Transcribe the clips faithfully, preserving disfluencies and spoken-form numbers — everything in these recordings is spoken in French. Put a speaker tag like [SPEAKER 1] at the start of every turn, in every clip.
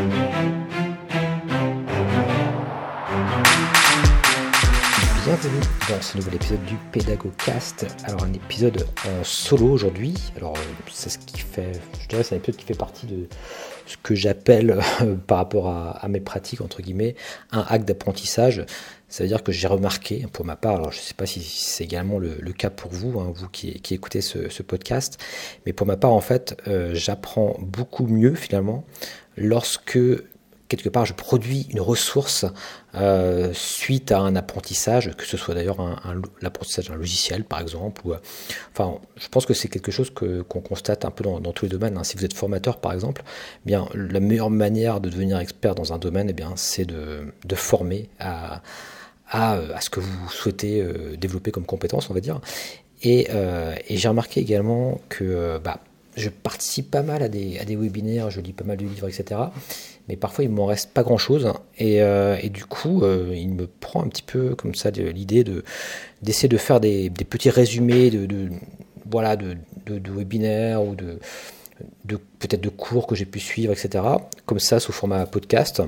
[SPEAKER 1] Bienvenue dans ce nouvel épisode du PédagoCast. Alors un épisode en solo aujourd'hui. Alors c'est ce qui fait, je dirais, c'est un épisode qui fait partie de ce que j'appelle euh, par rapport à, à mes pratiques entre guillemets un hack d'apprentissage. Ça veut dire que j'ai remarqué, pour ma part, alors je ne sais pas si c'est également le, le cas pour vous, hein, vous qui, qui écoutez ce, ce podcast, mais pour ma part en fait, euh, j'apprends beaucoup mieux finalement lorsque quelque part, je produis une ressource euh, suite à un apprentissage, que ce soit d'ailleurs un, un, l'apprentissage d'un logiciel, par exemple. Ou, euh, enfin, je pense que c'est quelque chose que, qu'on constate un peu dans, dans tous les domaines. Hein. Si vous êtes formateur, par exemple, eh bien, la meilleure manière de devenir expert dans un domaine, eh bien, c'est de, de former à, à, à ce que vous souhaitez euh, développer comme compétence, on va dire. Et, euh, et j'ai remarqué également que euh, bah, je participe pas mal à des, à des webinaires, je lis pas mal de livres, et cetera. Mais parfois il m'en reste pas grand chose et, euh, et du coup euh, il me prend un petit peu comme ça de, l'idée de d'essayer de faire des, des petits résumés de, de voilà de, de, de webinaires ou de, de peut-être de cours que j'ai pu suivre, etc. Comme ça sous format podcast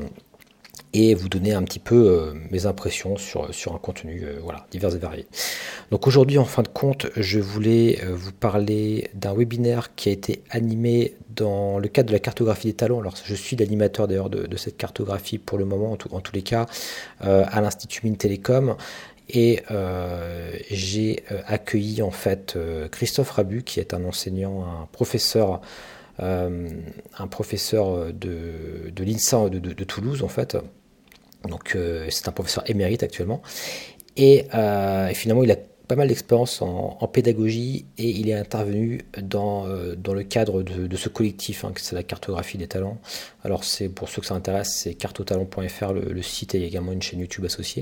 [SPEAKER 1] et vous donner un petit peu euh, mes impressions sur, sur un contenu euh, voilà, divers et variés. Donc aujourd'hui, en fin de compte, je voulais euh, vous parler d'un webinaire qui a été animé dans le cadre de la cartographie des talents. Alors je suis l'animateur d'ailleurs de, de cette cartographie pour le moment, en, tout, en tous les cas, euh, à l'Institut Mines Télécom. Et euh, j'ai euh, accueilli en fait euh, Christophe Rabu, qui est un enseignant, un professeur Euh, un professeur de, de l'INSA de, de, de Toulouse en fait. Donc euh, c'est un professeur émérite actuellement. Et, euh, et finalement il a pas mal d'expérience en, en pédagogie et il est intervenu dans, euh, dans le cadre de, de ce collectif, hein, que c'est la cartographie des talents. Alors c'est pour ceux que ça intéresse, c'est cartotalent point f r le, le site et également une chaîne YouTube associée.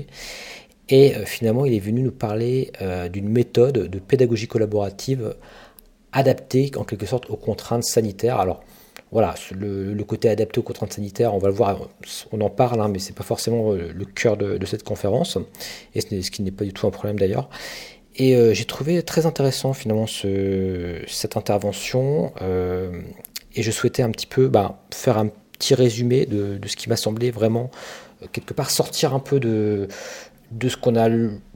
[SPEAKER 1] Et euh, finalement il est venu nous parler euh, d'une méthode de pédagogie collaborative adapté en quelque sorte aux contraintes sanitaires. Alors voilà, le, le côté adapté aux contraintes sanitaires, on va le voir, on en parle, hein, mais c'est pas forcément le cœur de, de cette conférence, et ce, ce qui n'est pas du tout un problème d'ailleurs. Et euh, j'ai trouvé très intéressant finalement ce, cette intervention, euh, et je souhaitais un petit peu bah, faire un petit résumé de, de ce qui m'a semblé vraiment, euh, quelque part, sortir un peu de, de ce qu'on a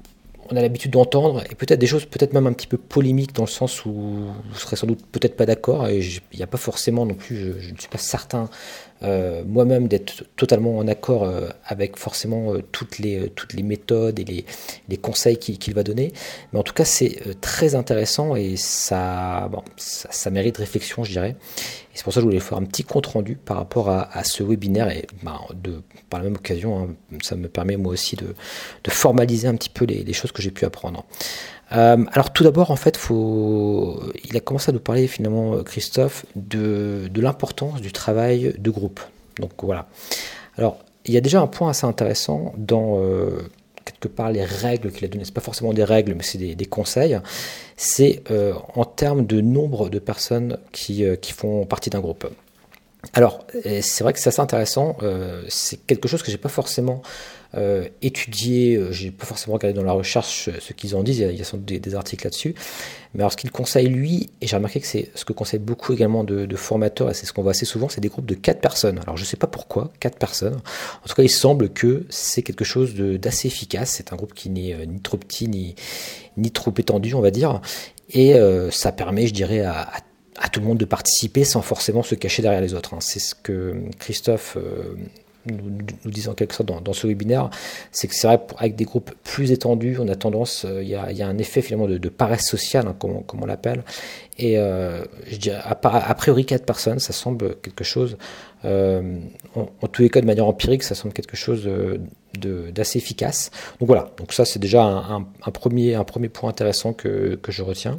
[SPEAKER 1] on a l'habitude d'entendre, et peut-être des choses peut-être même un petit peu polémiques dans le sens où vous serez sans doute peut-être pas d'accord, et il n'y a pas forcément non plus, je, je ne suis pas certain euh, moi-même d'être totalement en accord euh, avec forcément euh, toutes, les, toutes les méthodes et les, les conseils qu'il, qu'il va donner, mais en tout cas c'est euh, très intéressant et ça, bon, ça, ça mérite réflexion, je dirais. Et c'est pour ça que je voulais faire un petit compte rendu par rapport à, à ce webinaire et ben, de, par la même occasion, hein, ça me permet moi aussi de, de formaliser un petit peu les, les choses que j'ai pu apprendre. Euh, alors tout d'abord, en fait, faut, il a commencé à nous parler finalement, Christophe, de, de l'importance du travail de groupe. Donc voilà. Alors il y a déjà un point assez intéressant dans euh, quelque part les règles qu'il a données. C'est pas forcément des règles, mais c'est des, des conseils. C'est euh, en termes de nombre de personnes qui, euh, qui font partie d'un groupe. Alors, c'est vrai que c'est assez intéressant. Euh, c'est quelque chose que j'ai pas forcément euh, étudié. J'ai pas forcément regardé dans la recherche ce qu'ils en disent. Il y a, il y a sans doute des, des articles là-dessus. Mais alors, ce qu'il conseille lui, et j'ai remarqué que c'est ce que conseille beaucoup également de, de formateurs, et c'est ce qu'on voit assez souvent, c'est des groupes de quatre personnes. Alors, je sais pas pourquoi quatre personnes. En tout cas, il semble que c'est quelque chose de, d'assez efficace. C'est un groupe qui n'est euh, ni trop petit ni ni trop étendu, on va dire. Et euh, ça permet, je dirais, à, à à tout le monde de participer sans forcément se cacher derrière les autres. C'est ce que Christophe euh, nous, nous disait en quelque sorte dans, dans ce webinaire, c'est que c'est vrai, avec des groupes plus étendus, on a tendance, il euh, y, a, y a un effet finalement de, de paresse sociale, hein, comme, comme on l'appelle, et euh, je dirais, a, a priori quatre personnes, ça semble quelque chose, euh, en, en tous les cas de manière empirique, ça semble quelque chose de, de, d'assez efficace. Donc voilà, donc ça c'est déjà un, un, un, premier, un premier point intéressant que, que je retiens.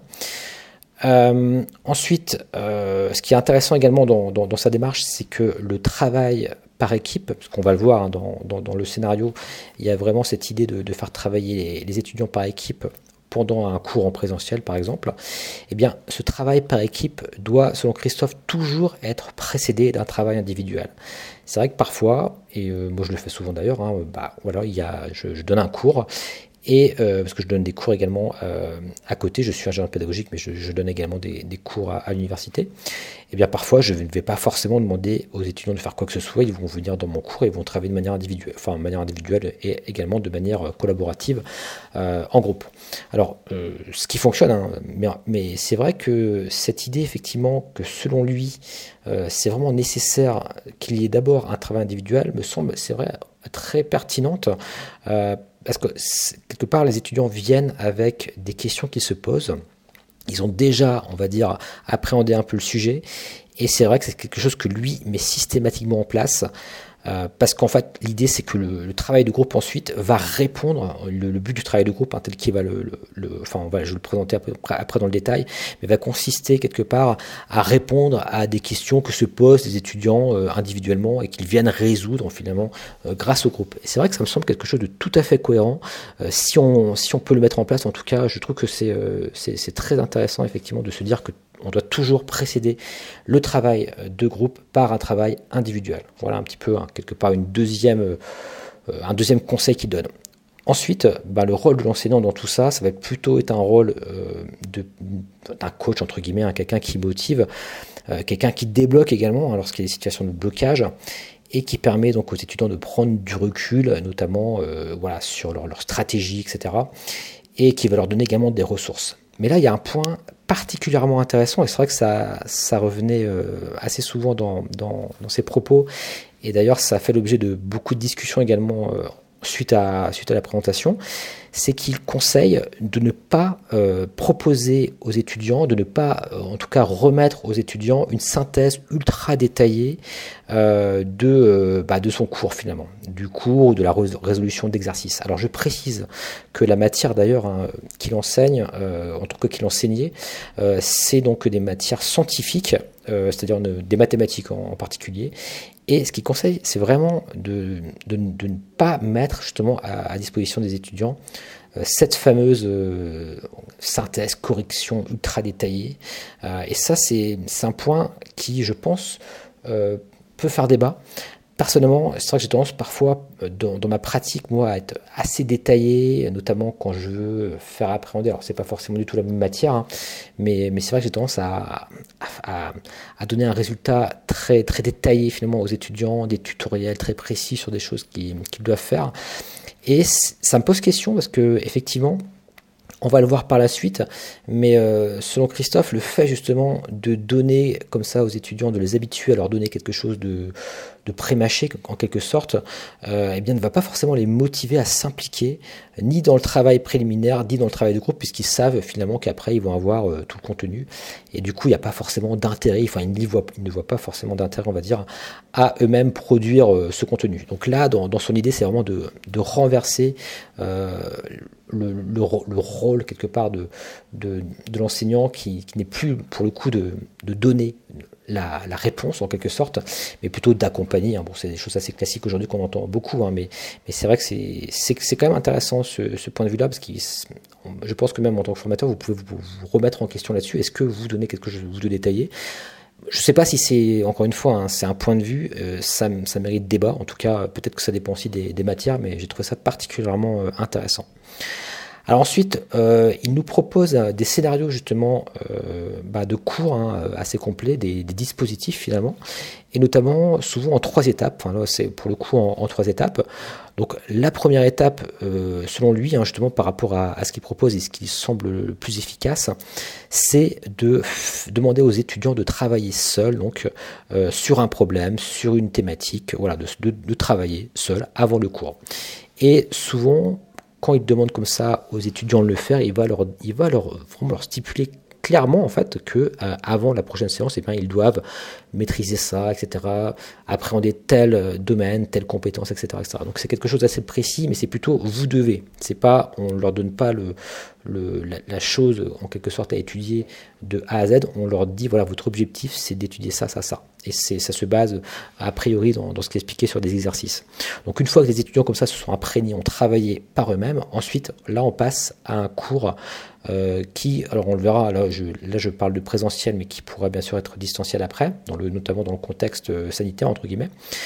[SPEAKER 1] Euh, ensuite, euh, ce qui est intéressant également dans, dans, dans sa démarche, c'est que le travail par équipe, parce qu'on va le voir hein, dans, dans, dans le scénario, il y a vraiment cette idée de, de faire travailler les, les étudiants par équipe pendant un cours en présentiel par exemple. Eh bien, ce travail par équipe doit, selon Christophe, toujours être précédé d'un travail individuel. C'est vrai que parfois, et euh, moi je le fais souvent d'ailleurs, hein, bah, voilà, il y a, je, je donne un cours, Et euh, parce que je donne des cours également euh, à côté, je suis ingénieur pédagogique, mais je, je donne également des, des cours à, à l'université. Et bien parfois, je ne vais pas forcément demander aux étudiants de faire quoi que ce soit. Ils vont venir dans mon cours et ils vont travailler de manière individuelle, enfin de manière individuelle et également de manière collaborative euh, en groupe. Alors, euh, ce qui fonctionne, hein, mais, mais c'est vrai que cette idée effectivement que selon lui, euh, c'est vraiment nécessaire qu'il y ait d'abord un travail individuel, me semble, c'est vrai, très pertinente. Euh, Parce que quelque part, les étudiants viennent avec des questions qui se posent. Ils ont déjà, on va dire, appréhendé un peu le sujet. Et c'est vrai que c'est quelque chose que lui met systématiquement en place. Euh, parce qu'en fait, l'idée, c'est que le, le travail de groupe ensuite va répondre, le, le but du travail de groupe, hein, tel qu'il va le, le, le, enfin, voilà, je vais le présenter après, après dans le détail, mais va consister quelque part à répondre à des questions que se posent les étudiants euh, individuellement et qu'ils viennent résoudre finalement euh, grâce au groupe. Et c'est vrai que ça me semble quelque chose de tout à fait cohérent. Euh, si on, si on peut le mettre en place, en tout cas, je trouve que c'est, euh, c'est, c'est très intéressant effectivement de se dire que on doit toujours précéder le travail de groupe par un travail individuel. Voilà un petit peu, hein, quelque part, une deuxième, euh, un deuxième conseil qu'il donne. Ensuite, bah, le rôle de l'enseignant dans tout ça, ça va plutôt être un rôle euh, de, d'un coach, entre guillemets, hein, quelqu'un qui motive, euh, quelqu'un qui débloque également hein, lorsqu'il y a des situations de blocage, et qui permet donc aux étudiants de prendre du recul, notamment euh, voilà, sur leur, leur stratégie, et cetera, et qui va leur donner également des ressources. Mais là, il y a un point particulièrement intéressant, et c'est vrai que ça, ça revenait euh, assez souvent dans, dans, dans ses propos, et d'ailleurs ça a fait l'objet de beaucoup de discussions également euh, suite, à, suite à la présentation, c'est qu'il conseille de ne pas euh, proposer aux étudiants, de ne pas euh, en tout cas remettre aux étudiants une synthèse ultra détaillée euh, de, euh, bah, de son cours finalement, du cours ou de la résolution d'exercices. Alors je précise que la matière d'ailleurs hein, qu'il enseigne, euh, en tout cas qu'il enseignait, euh, c'est donc des matières scientifiques, euh, c'est-à-dire ne, des mathématiques en, en particulier. Et ce qu'il conseille, c'est vraiment de, de, de ne pas mettre justement à, à disposition des étudiants euh, cette fameuse euh, synthèse, correction ultra détaillée. Euh, et ça, c'est, c'est un point qui, je pense, euh, peut faire débat. Personnellement, c'est vrai que j'ai tendance parfois, dans, dans ma pratique, moi, à être assez détaillé, notamment quand je veux faire appréhender. Alors, c'est pas forcément du tout la même matière, hein, mais, mais c'est vrai que j'ai tendance à, à, à donner un résultat très, très détaillé finalement aux étudiants, des tutoriels très précis sur des choses qu'ils, qu'ils doivent faire. Et ça me pose question parce que effectivement, on va le voir par la suite, mais euh, selon Christophe, le fait justement de donner comme ça aux étudiants, de les habituer à leur donner quelque chose de, de pré-mâché en quelque sorte, euh, eh bien ne va pas forcément les motiver à s'impliquer ni dans le travail préliminaire, ni dans le travail de groupe, puisqu'ils savent finalement qu'après ils vont avoir euh, tout le contenu, et du coup il n'y a pas forcément d'intérêt, enfin ils ne voient, ils ne voient pas forcément d'intérêt, on va dire, à eux-mêmes produire euh, ce contenu. Donc là, dans, dans son idée, c'est vraiment de, de renverser euh, le, le, le rôle quelque part de, de, de l'enseignant qui, qui n'est plus pour le coup de, de donner la, la réponse en quelque sorte, mais plutôt d'accompagner. Hein. Bon, c'est des choses assez classiques aujourd'hui qu'on entend beaucoup, hein, mais, mais c'est vrai que c'est, c'est, c'est quand même intéressant ce, ce point de vue-là, parce que je pense que même en tant que formateur, vous pouvez vous, vous remettre en question là-dessus. Est-ce que vous donnez quelque chose de détaillé ? Je ne sais pas si c'est, encore une fois, hein, c'est un point de vue, euh, ça, ça mérite débat. En tout cas, peut-être que ça dépend aussi des, des matières, mais j'ai trouvé ça particulièrement euh, intéressant. Alors ensuite, euh, il nous propose euh, des scénarios justement euh, bah, de cours hein, assez complets, des, des dispositifs finalement, et notamment souvent en trois étapes. Enfin, là, c'est pour le coup en, en trois étapes. Donc la première étape, euh, selon lui, hein, justement par rapport à, à ce qu'il propose et ce qui semble le plus efficace, c'est de f- demander aux étudiants de travailler seuls, donc euh, sur un problème, sur une thématique, voilà, de, de, de travailler seuls avant le cours. Et souvent, quand il demande comme ça aux étudiants de le faire, il va leur, il va leur, vraiment leur stipuler clairement en fait que euh, avant la prochaine séance, eh bien, ils doivent maîtriser ça, et cetera, appréhender tel domaine, telle compétence, et cetera, et cetera. Donc c'est quelque chose d'assez précis, mais c'est plutôt vous devez. C'est pas, on leur donne pas le, le la, la chose en quelque sorte à étudier de A à Z. On leur dit voilà, votre objectif c'est d'étudier ça, ça, ça. Et c'est, ça se base a priori dans, dans ce qui est expliqué sur des exercices. Donc une fois que les étudiants comme ça se sont imprégnés, ont travaillé par eux-mêmes, ensuite là on passe à un cours euh, qui, alors on le verra, là je, là je parle de présentiel, mais qui pourra bien sûr être distanciel après, dans le, notamment dans le contexte sanitaire entre guillemets.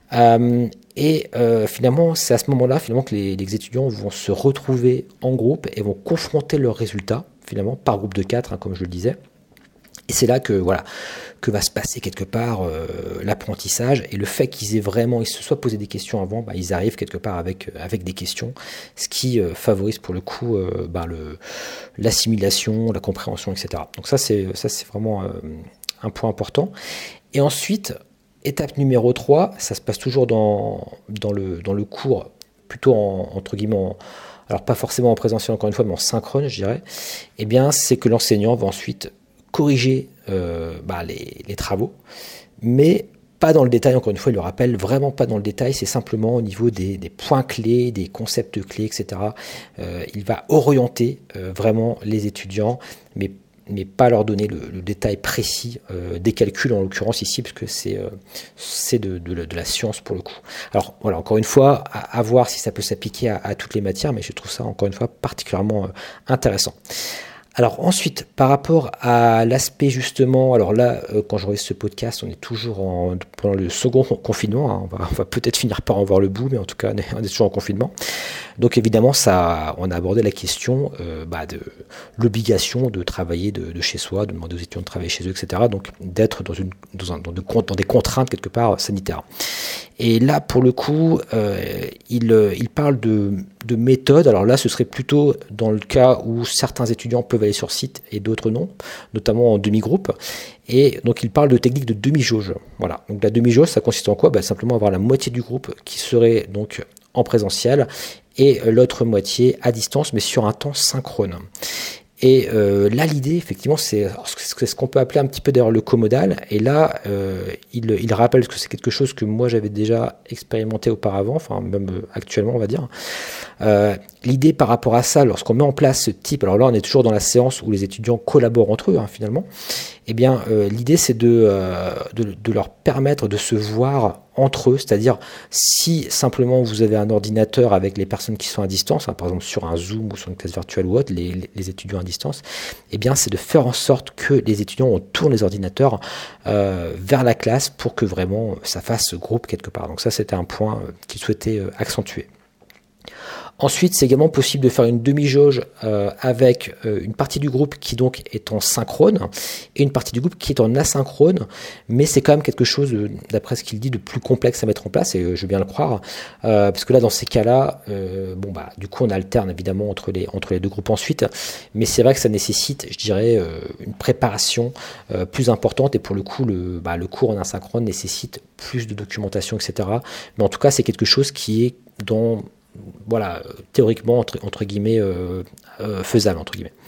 [SPEAKER 1] Euh, et euh, finalement, c'est à ce moment-là finalement que les, les étudiants vont se retrouver en groupe et vont confronter leurs résultats, finalement, par groupe de quatre, hein, comme je le disais. Et c'est là que voilà que va se passer quelque part euh, l'apprentissage, et le fait qu'ils aient vraiment, ils se soient posé des questions avant, bah, ils arrivent quelque part avec avec des questions, ce qui euh, favorise pour le coup euh, bah, le l'assimilation, la compréhension, et cetera. Donc ça c'est ça c'est vraiment euh, un point important. Et ensuite, étape numéro trois, ça se passe toujours dans dans le dans le cours, plutôt en, entre guillemets en, alors pas forcément en présentiel encore une fois, mais en synchrone, je dirais. Eh bien, c'est que l'enseignant va ensuite corriger euh, bah, les, les travaux, mais pas dans le détail, encore une fois, il le rappelle, vraiment pas dans le détail, c'est simplement au niveau des, des points clés, des concepts clés, et cetera. Euh, il va orienter euh, vraiment les étudiants, mais, mais pas leur donner le, le détail précis euh, des calculs, en l'occurrence ici, parce que c'est euh, c'est de, de, de la science pour le coup. Alors voilà, encore une fois, à, à voir si ça peut s'appliquer à, à toutes les matières, mais je trouve ça, encore une fois, particulièrement euh, intéressant. Alors ensuite, par rapport à l'aspect justement, alors là, euh, quand j'enregistre ce podcast, on est toujours en, pendant le second confinement, hein, on va, on va peut-être finir par en voir le bout, mais en tout cas, on est, on est toujours en confinement. Donc évidemment, ça, on a abordé la question euh, bah, de l'obligation de travailler de, de chez soi, de demander aux étudiants de travailler chez eux, et cetera. Donc d'être dans, une, dans, un, dans, de, dans des contraintes quelque part sanitaires. Et là, pour le coup, euh, il, il parle de, de méthode. Alors là, ce serait plutôt dans le cas où certains étudiants peuvent aller sur site et d'autres non, notamment en demi-groupe. Et donc, il parle de technique de demi-jauge. Voilà. Donc, la demi-jauge, ça consiste en quoi ? Bah, simplement avoir la moitié du groupe qui serait donc en présentiel et l'autre moitié à distance, mais sur un temps synchrone. Et euh, là, l'idée, effectivement, c'est ce qu'on peut appeler un petit peu d'ailleurs le comodal. Et là, euh, il, il rappelle que c'est quelque chose que moi, j'avais déjà expérimenté auparavant, enfin même actuellement, on va dire. Euh, l'idée par rapport à ça, lorsqu'on met en place ce type, alors là, on est toujours dans la séance où les étudiants collaborent entre eux, hein, finalement. Eh bien, euh, l'idée, c'est de, euh, de, de leur permettre de se voir entre eux, c'est-à-dire si simplement vous avez un ordinateur avec les personnes qui sont à distance, hein, par exemple sur un Zoom ou sur une classe virtuelle ou autre, les, les, les étudiants à distance, eh bien c'est de faire en sorte que les étudiants on tourne les ordinateurs euh, vers la classe pour que vraiment ça fasse groupe quelque part. Donc ça c'était un point euh, qu'il souhaitait euh, accentuer. Ensuite, c'est également possible de faire une demi-jauge euh, avec euh, une partie du groupe qui donc est en synchrone et une partie du groupe qui est en asynchrone, mais c'est quand même quelque chose, de, d'après ce qu'il dit, de plus complexe à mettre en place, et euh, je veux bien le croire, euh, parce que là, dans ces cas-là, euh, bon bah, du coup, on alterne évidemment entre les entre les deux groupes ensuite, mais c'est vrai que ça nécessite, je dirais, euh, une préparation euh, plus importante, et pour le coup, le bah, le cours en asynchrone nécessite plus de documentation, et cetera. Mais en tout cas, c'est quelque chose qui est dans voilà, théoriquement, entre, entre guillemets, euh, euh, faisable, entre guillemets.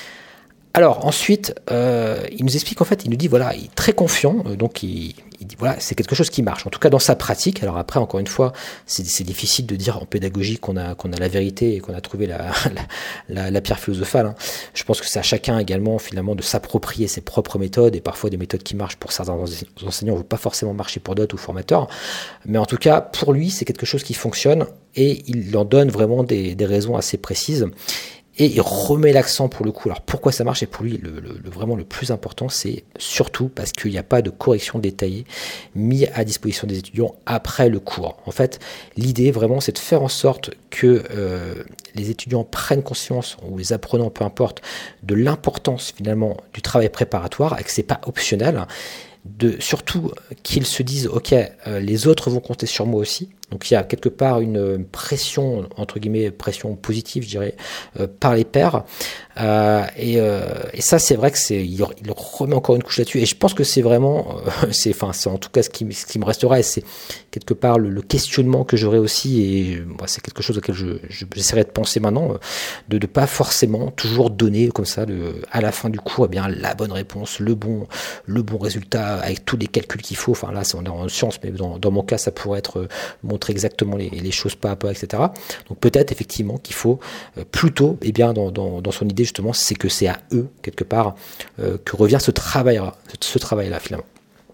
[SPEAKER 1] Alors, ensuite, euh, il nous explique, en fait, il nous dit, voilà, il est très confiant, euh, donc il, il dit, voilà, c'est quelque chose qui marche, en tout cas dans sa pratique. Alors après, encore une fois, c'est, c'est difficile de dire en pédagogie qu'on a, qu'on a la vérité et qu'on a trouvé la, la, la, la pierre philosophale, hein. Je pense que c'est à chacun également, finalement, de s'approprier ses propres méthodes, et parfois des méthodes qui marchent pour certains enseignants ne vont pas forcément marcher pour d'autres ou formateurs. Mais en tout cas, pour lui, c'est quelque chose qui fonctionne, et il en donne vraiment des, des raisons assez précises. Et il remet l'accent pour le coup. Alors pourquoi ça marche? Et pour lui, le, le, le, vraiment le plus important, c'est surtout parce qu'il n'y a pas de correction détaillée mise à disposition des étudiants après le cours. En fait, l'idée vraiment, c'est de faire en sorte que euh, les étudiants prennent conscience, ou les apprenants, peu importe, de l'importance finalement du travail préparatoire, et que c'est pas optionnel. De, surtout qu'ils se disent, ok, euh, les autres vont compter sur moi aussi. Donc il y a quelque part une pression, entre guillemets, pression positive, je dirais, euh, par les pairs. Euh, et, euh, et ça, c'est vrai que c'est, il, il remet encore une couche là-dessus. Et je pense que c'est vraiment, euh, c'est, enfin, c'est en tout cas ce qui, ce qui me restera, et c'est quelque part le, le questionnement que j'aurai aussi. Et bah, c'est quelque chose auquel je, je, j'essaierai de penser maintenant, de ne pas forcément toujours donner comme ça, de, à la fin du cours, eh bien la bonne réponse, le bon, le bon résultat avec tous les calculs qu'il faut. Enfin là, c'est on est en science, mais dans, dans mon cas, ça pourrait être montrer exactement les, les choses pas à pas, et cetera. Donc peut-être effectivement qu'il faut euh, plutôt, eh bien dans, dans, dans son idée justement, c'est que c'est à eux quelque part euh, que revient ce travail, ce travail-là finalement.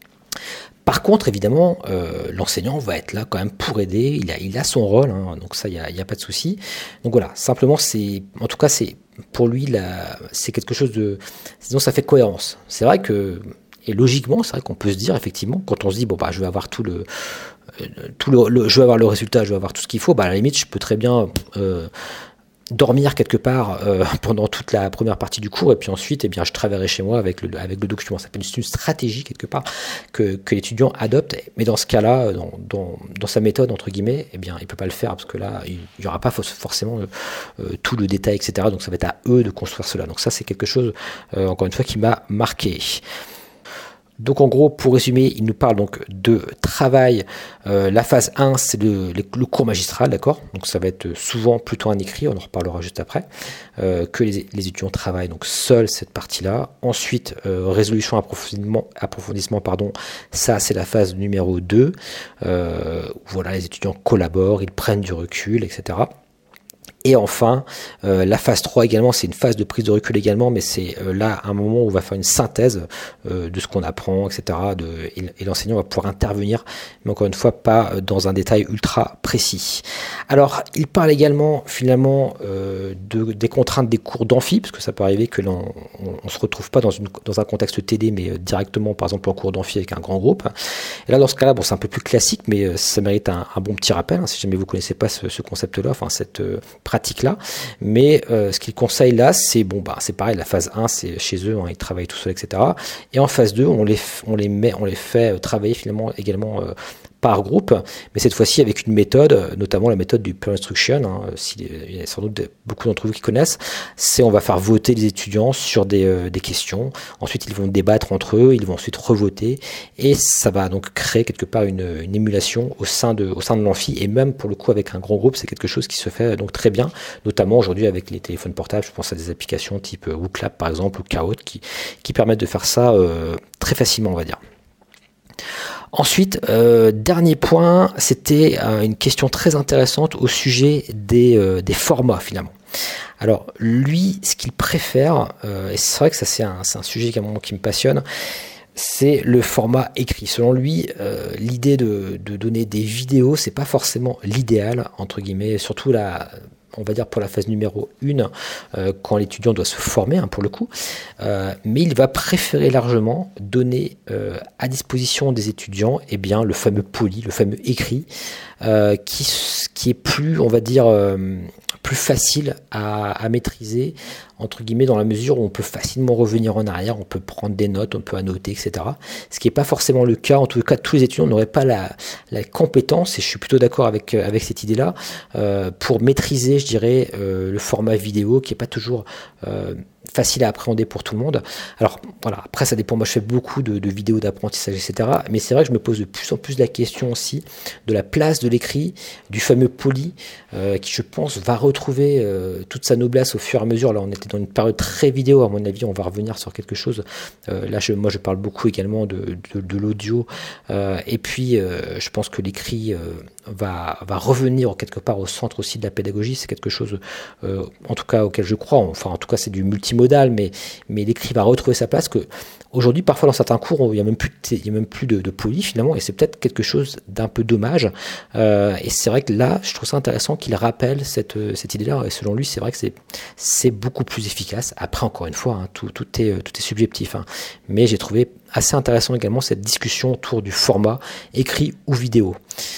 [SPEAKER 1] Par contre, évidemment, euh, l'enseignant va être là quand même pour aider. Il a, il a son rôle, hein, donc ça, il y a, il y a pas de souci. Donc voilà, simplement, c'est, en tout cas, c'est pour lui, là, c'est quelque chose de, sinon ça fait cohérence. C'est vrai que, et logiquement, c'est vrai qu'on peut se dire effectivement, quand on se dit bon bah, je vais avoir tout le tout le, le, je veux avoir le résultat, je veux avoir tout ce qu'il faut, bah, à la limite, je peux très bien euh, dormir quelque part euh, pendant toute la première partie du cours, et puis ensuite, eh bien, je travaillerai chez moi avec le, avec le document. Ça peut être une stratégie quelque part que, que l'étudiant adopte, mais dans ce cas-là, dans, dans, dans sa méthode, entre guillemets, eh bien, il peut pas le faire, parce que là, il n'y aura pas forcément euh, tout le détail, et cetera. Donc ça va être à eux de construire cela. Donc ça, c'est quelque chose, euh, encore une fois, qui m'a marqué. Donc en gros, pour résumer, il nous parle donc de travail. Euh, la phase un, c'est le, le cours magistral, d'accord? Donc ça va être souvent plutôt un écrit, on en reparlera juste après, euh, que les, les étudiants travaillent donc seuls cette partie-là. Ensuite, euh, résolution, approfondissement, approfondissement, pardon, ça c'est la phase numéro deux. Euh, voilà, les étudiants collaborent, ils prennent du recul, et cetera. Et enfin, euh, la phase trois également, c'est une phase de prise de recul également, mais c'est euh, là un moment où on va faire une synthèse euh, de ce qu'on apprend, et cetera. De, et, et l'enseignant va pouvoir intervenir, mais encore une fois, pas dans un détail ultra précis. Alors, il parle également finalement euh, de, des contraintes des cours d'amphi, parce que ça peut arriver que l'on on, on se retrouve pas dans, une, dans un contexte T D, mais directement, par exemple, en cours d'amphi avec un grand groupe. Et là, dans ce cas-là, bon, c'est un peu plus classique, mais ça mérite un, un bon petit rappel, hein, si jamais vous connaissez pas ce, ce concept-là, enfin cette euh, pratique là, mais euh, ce qu'il conseille là, c'est bon bah c'est pareil, la phase un c'est chez eux, hein, ils travaillent tout seuls, et cetera. Et en phase deux, on les on les met, on les fait travailler finalement également euh, par groupe, mais cette fois-ci avec une méthode, notamment la méthode du peer instruction, hein, si, il y a sans doute beaucoup d'entre vous qui connaissent, c'est on va faire voter les étudiants sur des, euh, des questions, ensuite ils vont débattre entre eux, ils vont ensuite revoter, et ça va donc créer quelque part une, une émulation au sein de, au sein de l'amphi, et même pour le coup avec un grand groupe, c'est quelque chose qui se fait donc très bien, notamment aujourd'hui avec les téléphones portables, je pense à des applications type WooClap par exemple, ou Kahoot, qui, qui permettent de faire ça euh, très facilement, on va dire. Ensuite, euh, dernier point, c'était euh, une question très intéressante au sujet des, euh, des formats finalement. Alors lui, ce qu'il préfère, euh, et c'est vrai que ça c'est un, c'est un sujet qui, qui me passionne, c'est le format écrit. Selon lui, euh, l'idée de, de donner des vidéos, c'est pas forcément l'idéal, entre guillemets, surtout la... on va dire pour la phase numéro un, euh, quand l'étudiant doit se former, hein, pour le coup, euh, mais il va préférer largement donner euh, à disposition des étudiants eh bien, le fameux poly, le fameux écrit, euh, qui, qui est plus, on va dire, euh, plus facile à, à maîtriser, entre guillemets, dans la mesure où on peut facilement revenir en arrière, on peut prendre des notes, on peut annoter, et cetera. Ce qui n'est pas forcément le cas, en tout cas, tous les étudiants n'auraient pas la, la compétence, et je suis plutôt d'accord avec, avec cette idée-là, euh, pour maîtriser, je dirais, euh, le format vidéo, qui n'est pas toujours euh, facile à appréhender pour tout le monde. Alors, voilà, après, ça dépend, moi je fais beaucoup de, de vidéos d'apprentissage, et cetera. Mais c'est vrai que je me pose de plus en plus la question aussi de la place de l'écrit, du fameux poly, euh, qui, je pense, va retrouver euh, toute sa noblesse au fur et à mesure. Là, on était dans une période très vidéo, à mon avis, on va revenir sur quelque chose. Euh, là, je, moi, je parle beaucoup également de, de, de l'audio. Euh, et puis, euh, je pense que l'écrit euh, va, va revenir quelque part au centre aussi de la pédagogie. C'est quelque chose, euh, en tout cas, auquel je crois. Enfin, en tout cas, c'est du multimodal, mais, mais l'écrit va retrouver sa place. Que aujourd'hui, parfois, dans certains cours, il n'y a même plus de, il y a même plus de, de poly, finalement, et c'est peut-être quelque chose d'un peu dommage. Euh, et c'est vrai que là, je trouve ça intéressant qu'il rappelle cette, cette idée-là. Et selon lui, c'est vrai que c'est, c'est beaucoup plus efficace. Après, encore une fois, hein, tout, tout, est, tout est subjectif. Hein. Mais j'ai trouvé assez intéressant également cette discussion autour du format écrit ou vidéo.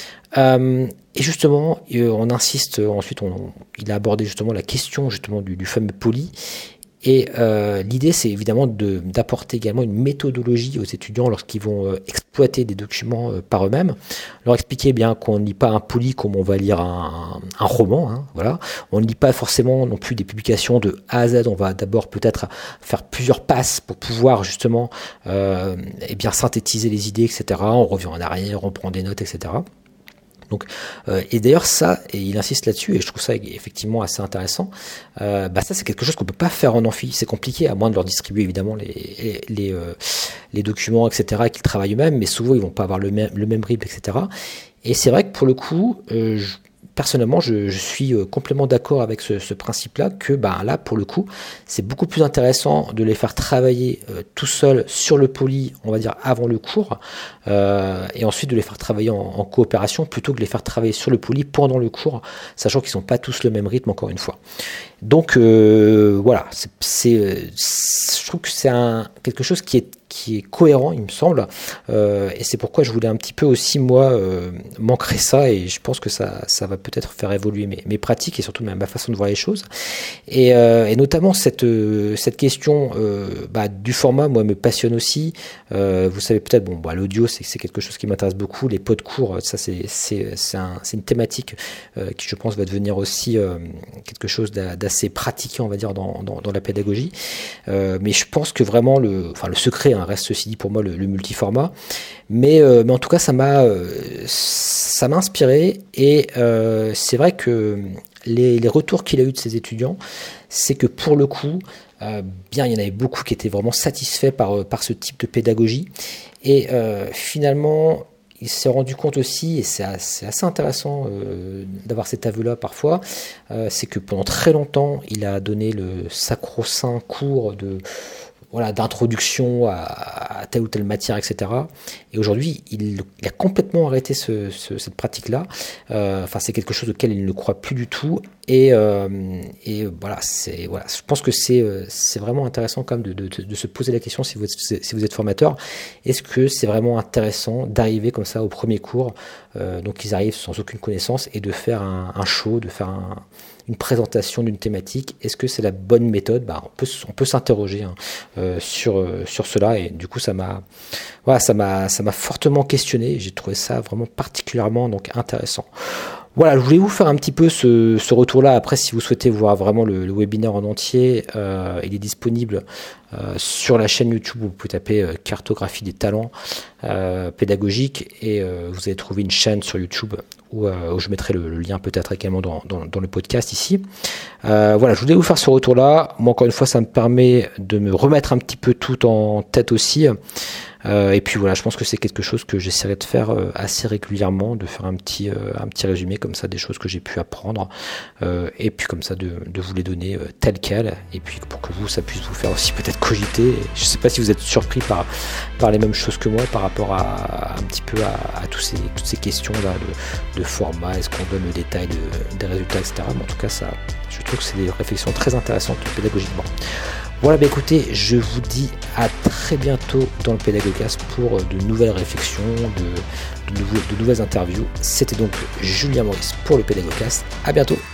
[SPEAKER 1] Euh, et justement, euh, on insiste, ensuite, on, il a abordé justement la question justement du, du fameux poly. Et euh, l'idée, c'est évidemment de, d'apporter également une méthodologie aux étudiants lorsqu'ils vont euh, exploiter des documents euh, par eux-mêmes. Leur expliquer eh bien qu'on ne lit pas un poly comme on va lire un, un roman. Hein, voilà. On ne lit pas forcément non plus des publications de A à Z. On va d'abord peut-être faire plusieurs passes pour pouvoir justement euh, eh bien synthétiser les idées, et cetera. On revient en arrière, on prend des notes, et cetera. Donc, euh, et d'ailleurs ça, et il insiste là-dessus, et je trouve ça effectivement assez intéressant, euh, bah ça c'est quelque chose qu'on peut pas faire en amphi, c'est compliqué, à moins de leur distribuer évidemment les, les, les, euh, les documents, et cetera, qu'ils travaillent eux-mêmes, mais souvent ils vont pas avoir le même, le même rythme, et cetera. Et c'est vrai que pour le coup, euh, je, personnellement, je, je suis complètement d'accord avec ce, ce principe-là, que bah, là, pour le coup, c'est beaucoup plus intéressant de les faire travailler euh, tout seuls sur le poly, on va dire, avant le cours, euh, et ensuite de les faire travailler en, en coopération, plutôt que de les faire travailler sur le poly pendant le cours, sachant qu'ils ne sont pas tous le même rythme, encore une fois. Donc, euh, voilà, c'est, c'est, je trouve que c'est un, quelque chose qui est qui est cohérent, il me semble, euh, et c'est pourquoi je voulais un petit peu aussi, moi, euh, m'ancrer ça, et je pense que ça, ça va peut-être faire évoluer mes, mes pratiques, et surtout ma, ma façon de voir les choses, et, euh, et notamment cette, euh, cette question euh, bah, du format, moi, me passionne aussi. Euh, vous savez peut-être, bon, bah, l'audio, c'est, c'est quelque chose qui m'intéresse beaucoup, les pods courts, ça, c'est, c'est, c'est, un, c'est une thématique euh, qui, je pense, va devenir aussi euh, quelque chose d'assez pratiqué, on va dire, dans, dans, dans la pédagogie, euh, mais je pense que vraiment, le, enfin, le secret hein, reste, ceci dit, pour moi, le, le multiformat. Mais, euh, mais en tout cas, ça m'a, euh, ça m'a inspiré, et euh, c'est vrai que les, les retours qu'il a eu de ses étudiants, c'est que pour le coup, euh, bien, il y en avait beaucoup qui étaient vraiment satisfaits par, par ce type de pédagogie. Et euh, finalement, il s'est rendu compte aussi, et c'est assez, assez intéressant euh, d'avoir cet aveu-là parfois, euh, c'est que pendant très longtemps, il a donné le sacro-saint cours de... Voilà, d'introduction à, à telle ou telle matière, et cetera. Et aujourd'hui, il, il a complètement arrêté ce, ce, cette pratique-là. Euh, enfin, c'est quelque chose auquel il ne croit plus du tout. Et, euh, et voilà, c'est, voilà, je pense que c'est, c'est vraiment intéressant quand même de, de, de se poser la question si vous êtes, si vous êtes formateur. Est-ce que c'est vraiment intéressant d'arriver comme ça au premier cours, euh, donc ils arrivent sans aucune connaissance, et de faire un, un show, de faire un... une présentation d'une thématique, est-ce que c'est la bonne méthode? Bah, on peut, on peut s'interroger hein, euh, sur, euh, sur cela, et du coup ça m'a, voilà, ça m'a, ça m'a fortement questionné, j'ai trouvé ça vraiment particulièrement donc, intéressant. Voilà, je voulais vous faire un petit peu ce, ce retour-là. Après, si vous souhaitez voir vraiment le, le webinaire en entier, euh, il est disponible euh, sur la chaîne YouTube. Vous pouvez taper euh, cartographie des talents euh, pédagogiques, et euh, vous allez trouver une chaîne sur YouTube où, euh, où je mettrai le, le lien peut-être également dans, dans, dans le podcast ici. Euh, voilà, je voulais vous faire ce retour-là. Moi, encore une fois, ça me permet de me remettre un petit peu tout en tête aussi. Euh, et puis voilà, je pense que c'est quelque chose que j'essaierai de faire euh, assez régulièrement, de faire un petit, euh, un petit résumé comme ça des choses que j'ai pu apprendre, euh, et puis comme ça de, de vous les donner euh, telles quelles, et puis pour que vous, ça puisse vous faire aussi peut-être cogiter. Je ne sais pas si vous êtes surpris par, par les mêmes choses que moi par rapport à, un petit peu à, à tous ces, toutes ces questions-là de, de format, est-ce qu'on donne le détail de, des résultats, et cetera. Mais en tout cas, ça, je trouve que c'est des réflexions très intéressantes pédagogiquement. Voilà, bah écoutez, je vous dis à très bientôt dans le Pédagogcast pour de nouvelles réflexions, de, de, nouveau, de nouvelles interviews. C'était donc Julien Maurice pour le Pédagogcast. À bientôt.